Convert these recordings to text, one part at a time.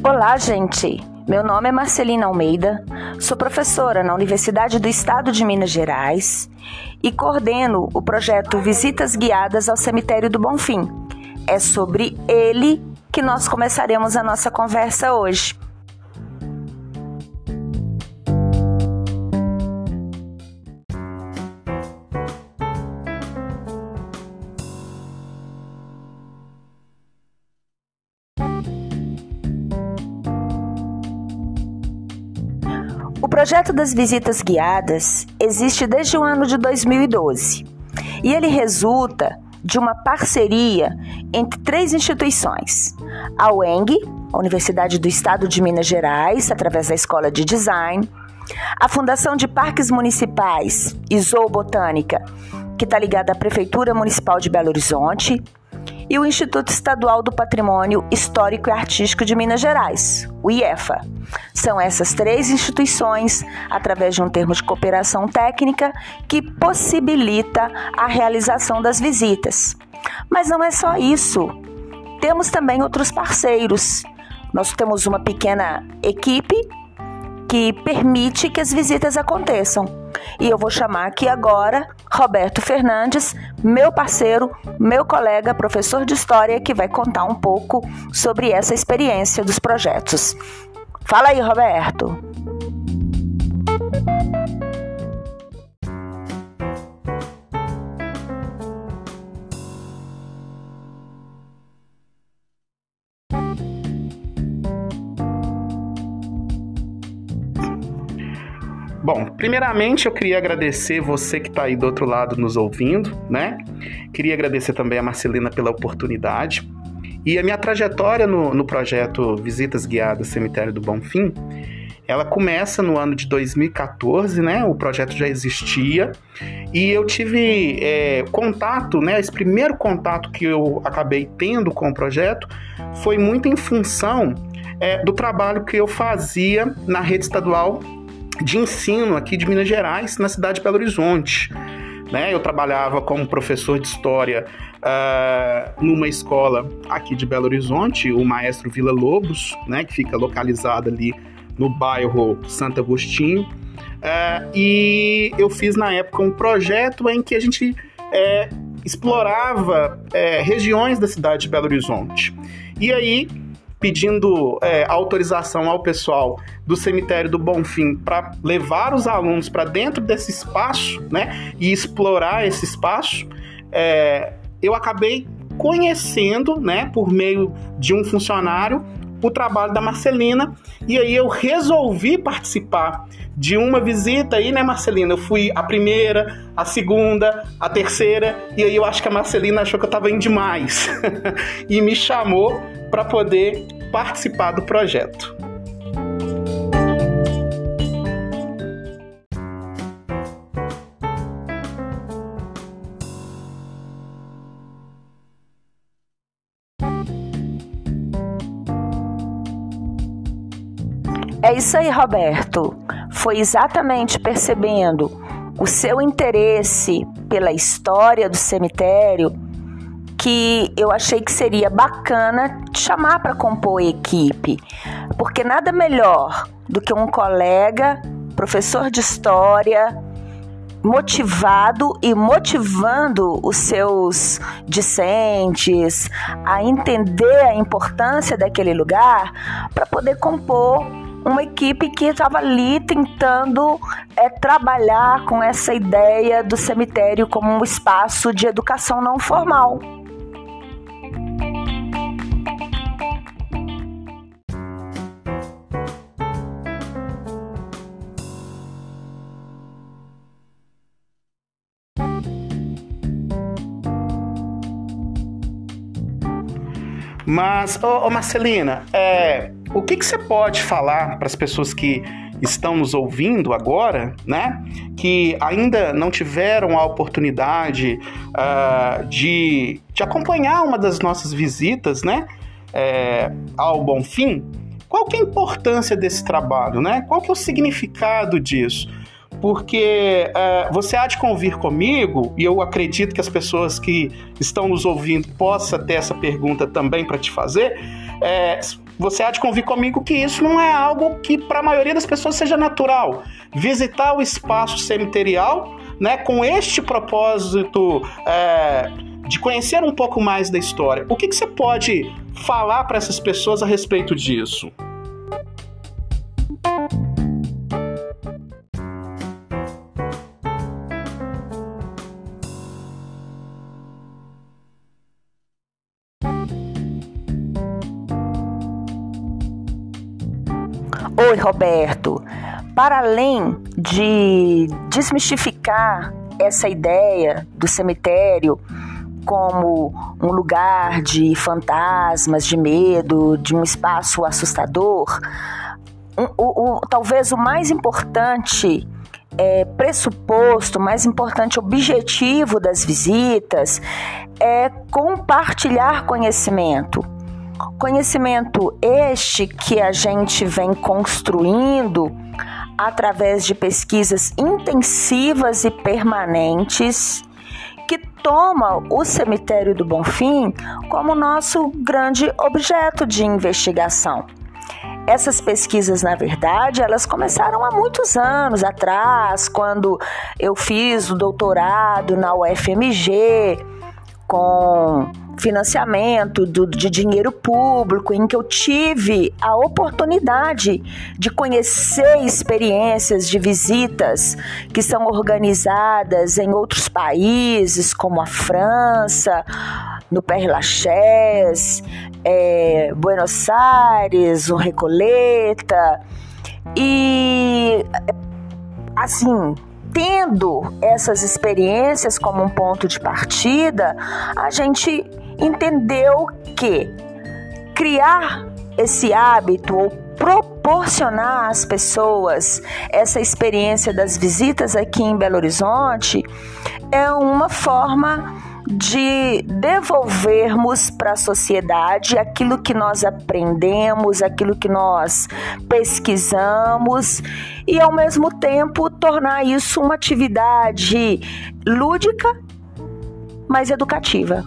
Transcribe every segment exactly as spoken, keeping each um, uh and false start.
Olá, gente! Meu nome é Marcelina Almeida, sou professora na Universidade do Estado de Minas Gerais e coordeno o projeto Visitas Guiadas ao Cemitério do Bonfim. É sobre ele que nós começaremos a nossa conversa hoje. O projeto das visitas guiadas existe desde o ano de dois mil e doze e ele resulta de uma parceria entre três instituições: a U E N G, a Universidade do Estado de Minas Gerais, através da Escola de Design, a Fundação de Parques Municipais e Zoobotânica, que está ligada à Prefeitura Municipal de Belo Horizonte, e o Instituto Estadual do Patrimônio Histórico e Artístico de Minas Gerais, o I E F A. São essas três instituições, através de um termo de cooperação técnica, que possibilita a realização das visitas. Mas não é só isso. Temos também outros parceiros. Nós temos uma pequena equipe que permite que as visitas aconteçam. E eu vou chamar aqui agora Roberto Fernandes, meu parceiro, meu colega, professor de História, que vai contar um pouco sobre essa experiência dos projetos. Fala aí, Roberto. Bom, primeiramente eu queria agradecer você que está aí do outro lado nos ouvindo, né? Queria agradecer também a Marcelina pela oportunidade. E a minha trajetória no, no projeto Visitas Guiadas Cemitério do Bonfim, ela começa no ano de dois mil e catorze, né? O projeto já existia e eu tive é, contato, né? Esse primeiro contato que eu acabei tendo com o projeto foi muito em função é, do trabalho que eu fazia na rede estadual de ensino aqui de Minas Gerais, na cidade de Belo Horizonte. Né? Eu trabalhava como professor de História uh, numa escola aqui de Belo Horizonte, o Maestro Vila Lobos, né? Que fica localizado ali no bairro Santo Agostinho. Uh, e eu fiz na época um projeto em que a gente é, explorava é, regiões da cidade de Belo Horizonte. E aí, pedindo é, autorização ao pessoal do Cemitério do Bonfim para levar os alunos para dentro desse espaço, né, e explorar esse espaço, é, eu acabei conhecendo, né, por meio de um funcionário, o trabalho da Marcelina, e aí eu resolvi participar de uma visita aí, né, Marcelina? Eu fui a primeira, a segunda, a terceira, e aí eu acho que a Marcelina achou que eu estava indo demais e me chamou para poder participar do projeto. É isso aí, Roberto. Foi exatamente percebendo o seu interesse pela história do cemitério que eu achei que seria bacana te chamar para compor a equipe, porque nada melhor do que um colega, professor de história, motivado e motivando os seus discentes a entender a importância daquele lugar para poder compor uma equipe que estava ali tentando é, trabalhar com essa ideia do cemitério como um espaço de educação não formal. Mas, ô, ô Marcelina, é, o que, que você pode falar para as pessoas que estão nos ouvindo agora, né, que ainda não tiveram a oportunidade uh, de, de acompanhar uma das nossas visitas, né, é, ao Bonfim? Qual que é a importância desse trabalho, né? Qual que é o significado disso? Porque uh, você há de convir comigo, e eu acredito que as pessoas que estão nos ouvindo possam ter essa pergunta também para te fazer, é, você há de convir comigo que isso não é algo que para a maioria das pessoas seja natural. Visitar o espaço cemiterial, né, com este propósito é, de conhecer um pouco mais da história. O que, que você pode falar para essas pessoas a respeito disso? Oi, Roberto. Para além de desmistificar essa ideia do cemitério como um lugar de fantasmas, de medo, de um espaço assustador, um, o, o, talvez o mais importante é, pressuposto, o mais importante objetivo das visitas é compartilhar conhecimento. Conhecimento este que a gente vem construindo através de pesquisas intensivas e permanentes que toma o Cemitério do Bonfim como nosso grande objeto de investigação. Essas pesquisas, na verdade, elas começaram há muitos anos atrás, quando eu fiz o doutorado na U F M G, com financiamento do, de dinheiro público, em que eu tive a oportunidade de conhecer experiências de visitas que são organizadas em outros países, como a França, no Père Lachaise, é, Buenos Aires, o Recoleta, e assim, tendo essas experiências como um ponto de partida, a gente entendeu que criar esse hábito ou proporcionar às pessoas essa experiência das visitas aqui em Belo Horizonte é uma forma de devolvermos para a sociedade aquilo que nós aprendemos, aquilo que nós pesquisamos e, ao mesmo tempo, tornar isso uma atividade lúdica, mas educativa.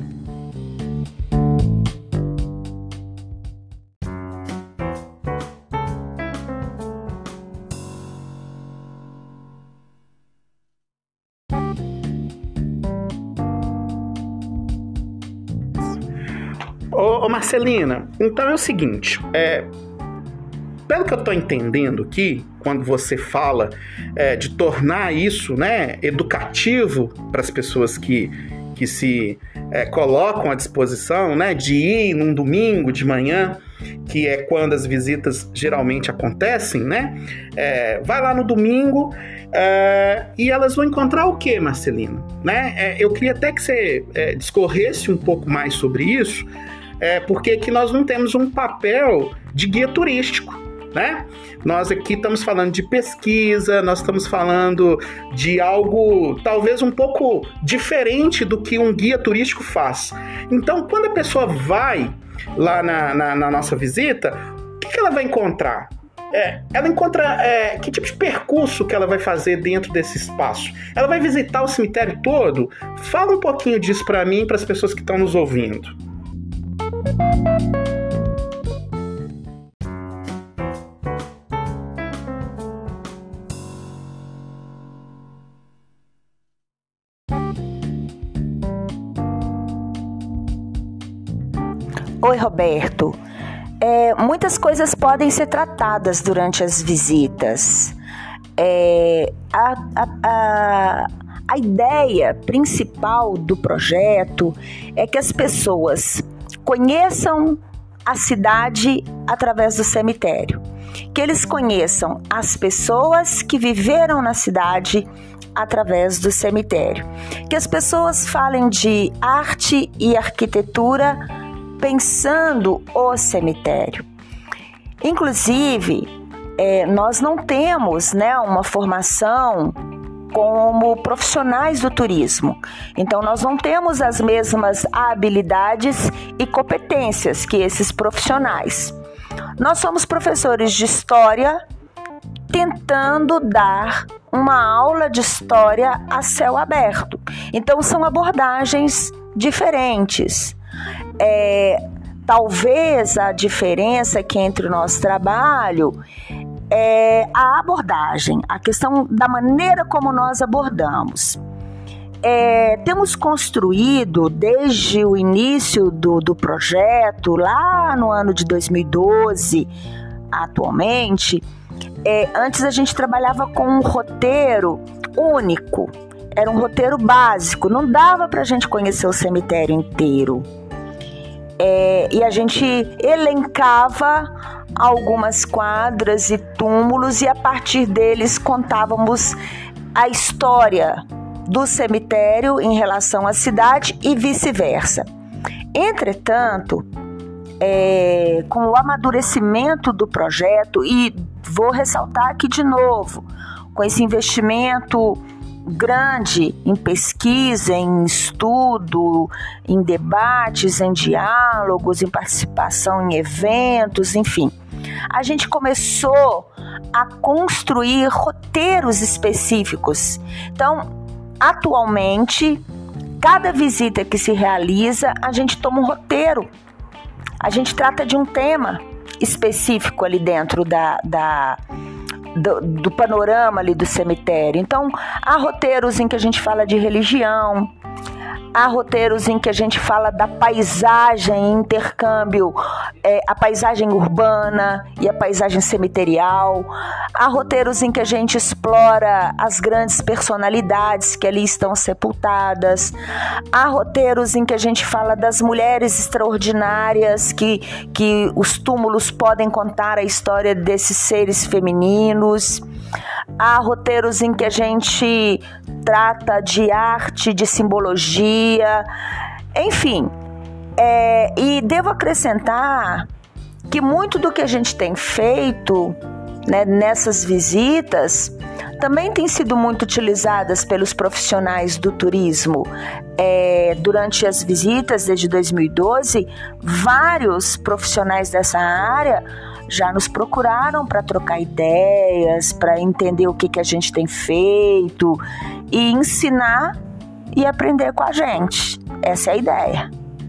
Ô, ô Marcelina, então é o seguinte, é, pelo que eu estou entendendo aqui, quando você fala é, de tornar isso, né, educativo para as pessoas que, que se é, colocam à disposição, né, de ir num domingo de manhã, que é quando as visitas geralmente acontecem, né, é, vai lá no domingo é, e elas vão encontrar o quê, Marcelina? Né? É, eu queria até que você é, discorresse um pouco mais sobre isso, É, porque aqui nós não temos um papel de guia turístico, né? Nós aqui estamos falando de pesquisa, nós estamos falando de algo talvez um pouco diferente do que um guia turístico faz. Então, quando a pessoa vai lá na, na, na nossa visita, o que, que ela vai encontrar? É, ela encontra é, que tipo de percurso que ela vai fazer dentro desse espaço? Ela vai visitar o cemitério todo? Fala um pouquinho disso para mim e para as pessoas que estão nos ouvindo. Oi, Roberto. É, muitas coisas podem ser tratadas durante as visitas. É, a, a, a, a ideia principal do projeto é que as pessoas conheçam a cidade através do cemitério, que eles conheçam as pessoas que viveram na cidade através do cemitério, que as pessoas falem de arte e arquitetura pensando o cemitério. Inclusive, é, nós não temos, né, uma formação como profissionais do turismo. Então, nós não temos as mesmas habilidades e competências que esses profissionais. Nós somos professores de história tentando dar uma aula de história a céu aberto. Então, são abordagens diferentes. É, talvez a diferença aqui entre o nosso trabalho é a abordagem, a questão da maneira como nós abordamos. É, temos construído desde o início do, do projeto, lá no ano de dois mil e doze, atualmente, é, antes a gente trabalhava com um roteiro único, era um roteiro básico, não dava para a gente conhecer o cemitério inteiro. É, e a gente elencava algumas quadras e túmulos e a partir deles contávamos a história do cemitério em relação à cidade e vice-versa. Entretanto, é, com o amadurecimento do projeto, e vou ressaltar aqui de novo, com esse investimento grande em pesquisa, em estudo, em debates, em diálogos, em participação em eventos, enfim, a gente começou a construir roteiros específicos. Então, atualmente, cada visita que se realiza, a gente toma um roteiro. A gente trata de um tema específico ali dentro da, da, do, do panorama ali do cemitério. Então, há roteiros em que a gente fala de religião, há roteiros em que a gente fala da paisagem, intercâmbio, é, a paisagem urbana e a paisagem cemiterial. Há roteiros em que a gente explora as grandes personalidades que ali estão sepultadas. Há roteiros em que a gente fala das mulheres extraordinárias, que, que os túmulos podem contar a história desses seres femininos. Há roteiros em que a gente trata de arte, de simbologia, enfim. É, e devo acrescentar que muito do que a gente tem feito, né, nessas visitas também tem sido muito utilizadas pelos profissionais do turismo. É, durante as visitas, desde dois mil e doze, vários profissionais dessa área já nos procuraram para trocar ideias, para entender o que, que a gente tem feito e ensinar e aprender com a gente. Essa é a ideia.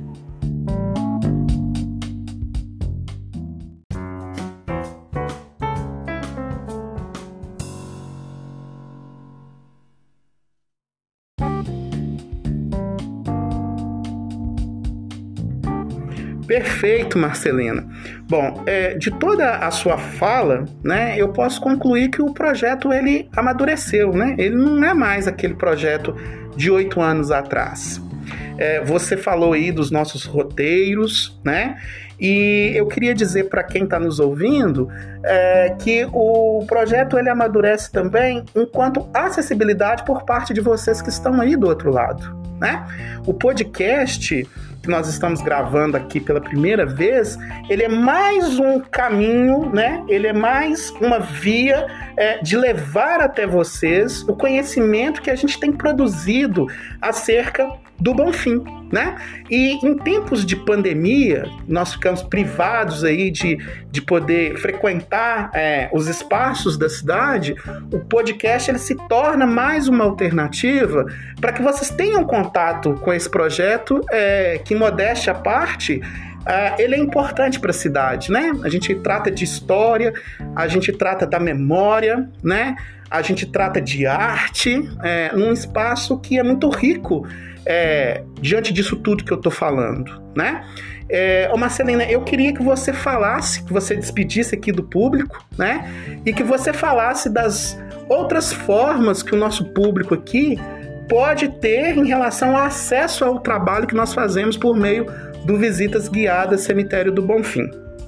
Perfeito, Marcelina. Bom, é, de toda a sua fala, né, eu posso concluir que o projeto ele amadureceu, né? Ele não é mais aquele projeto de oito anos atrás. É, você falou aí dos nossos roteiros, né? E eu queria dizer para quem está nos ouvindo é, que o projeto ele amadurece também enquanto acessibilidade por parte de vocês que estão aí do outro lado, né? O podcast que nós estamos gravando aqui pela primeira vez, ele é mais um caminho, né? Ele é mais uma via é, de levar até vocês o conhecimento que a gente tem produzido acerca do Bonfim, né? E em tempos de pandemia, nós ficamos privados aí de, de poder frequentar é, os espaços da cidade. O podcast ele se torna mais uma alternativa para que vocês tenham contato com esse projeto é, que, modéstia à parte, Uh, ele é importante para a cidade, né? A gente trata de história, a gente trata da memória, né? A gente trata de arte, é, num espaço que é muito rico é, diante disso tudo que eu estou falando, né? É, ô Marcelina, eu queria que você falasse, que você despedisse aqui do público, né? E que você falasse das outras formas que o nosso público aqui pode ter em relação ao acesso ao trabalho que nós fazemos por meio do Visitas Guiadas Cemitério do Bonfim.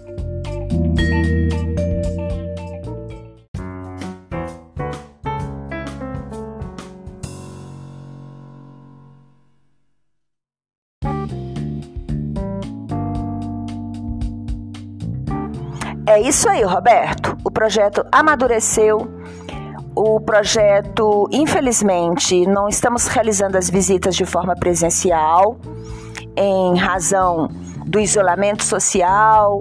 É isso aí, Roberto. O projeto amadureceu. O projeto, infelizmente, não estamos realizando as visitas de forma presencial, em razão do isolamento social,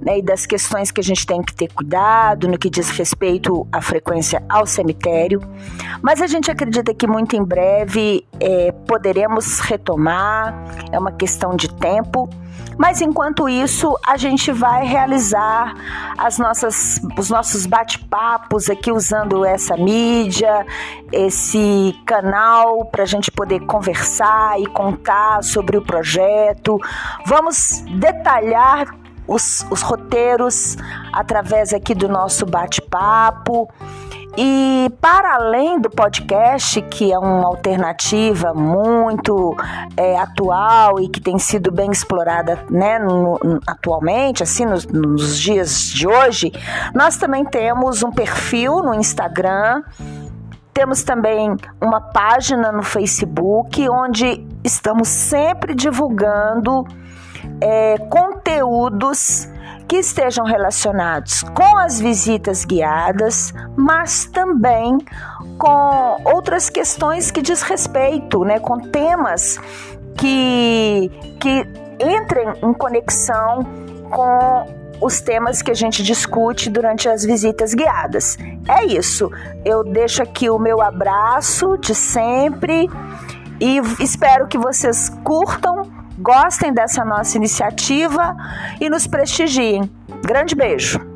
né, e das questões que a gente tem que ter cuidado no que diz respeito à frequência ao cemitério. Mas a gente acredita que muito em breve é, poderemos retomar, é uma questão de tempo. Mas enquanto isso, a gente vai realizar as nossas, os nossos bate-papos aqui usando essa mídia, esse canal para a gente poder conversar e contar sobre o projeto. Vamos detalhar os, os roteiros através aqui do nosso bate-papo. E para além do podcast, que é uma alternativa muito é, atual e que tem sido bem explorada, né, no, no, atualmente, assim, nos, nos dias de hoje, nós também temos um perfil no Instagram, temos também uma página no Facebook, onde estamos sempre divulgando é, conteúdos que estejam relacionados com as visitas guiadas, mas também com outras questões que diz respeito, né, com temas que, que entrem em conexão com os temas que a gente discute durante as visitas guiadas. É isso, eu deixo aqui o meu abraço de sempre e espero que vocês curtam, gostem dessa nossa iniciativa e nos prestigiem. Grande beijo!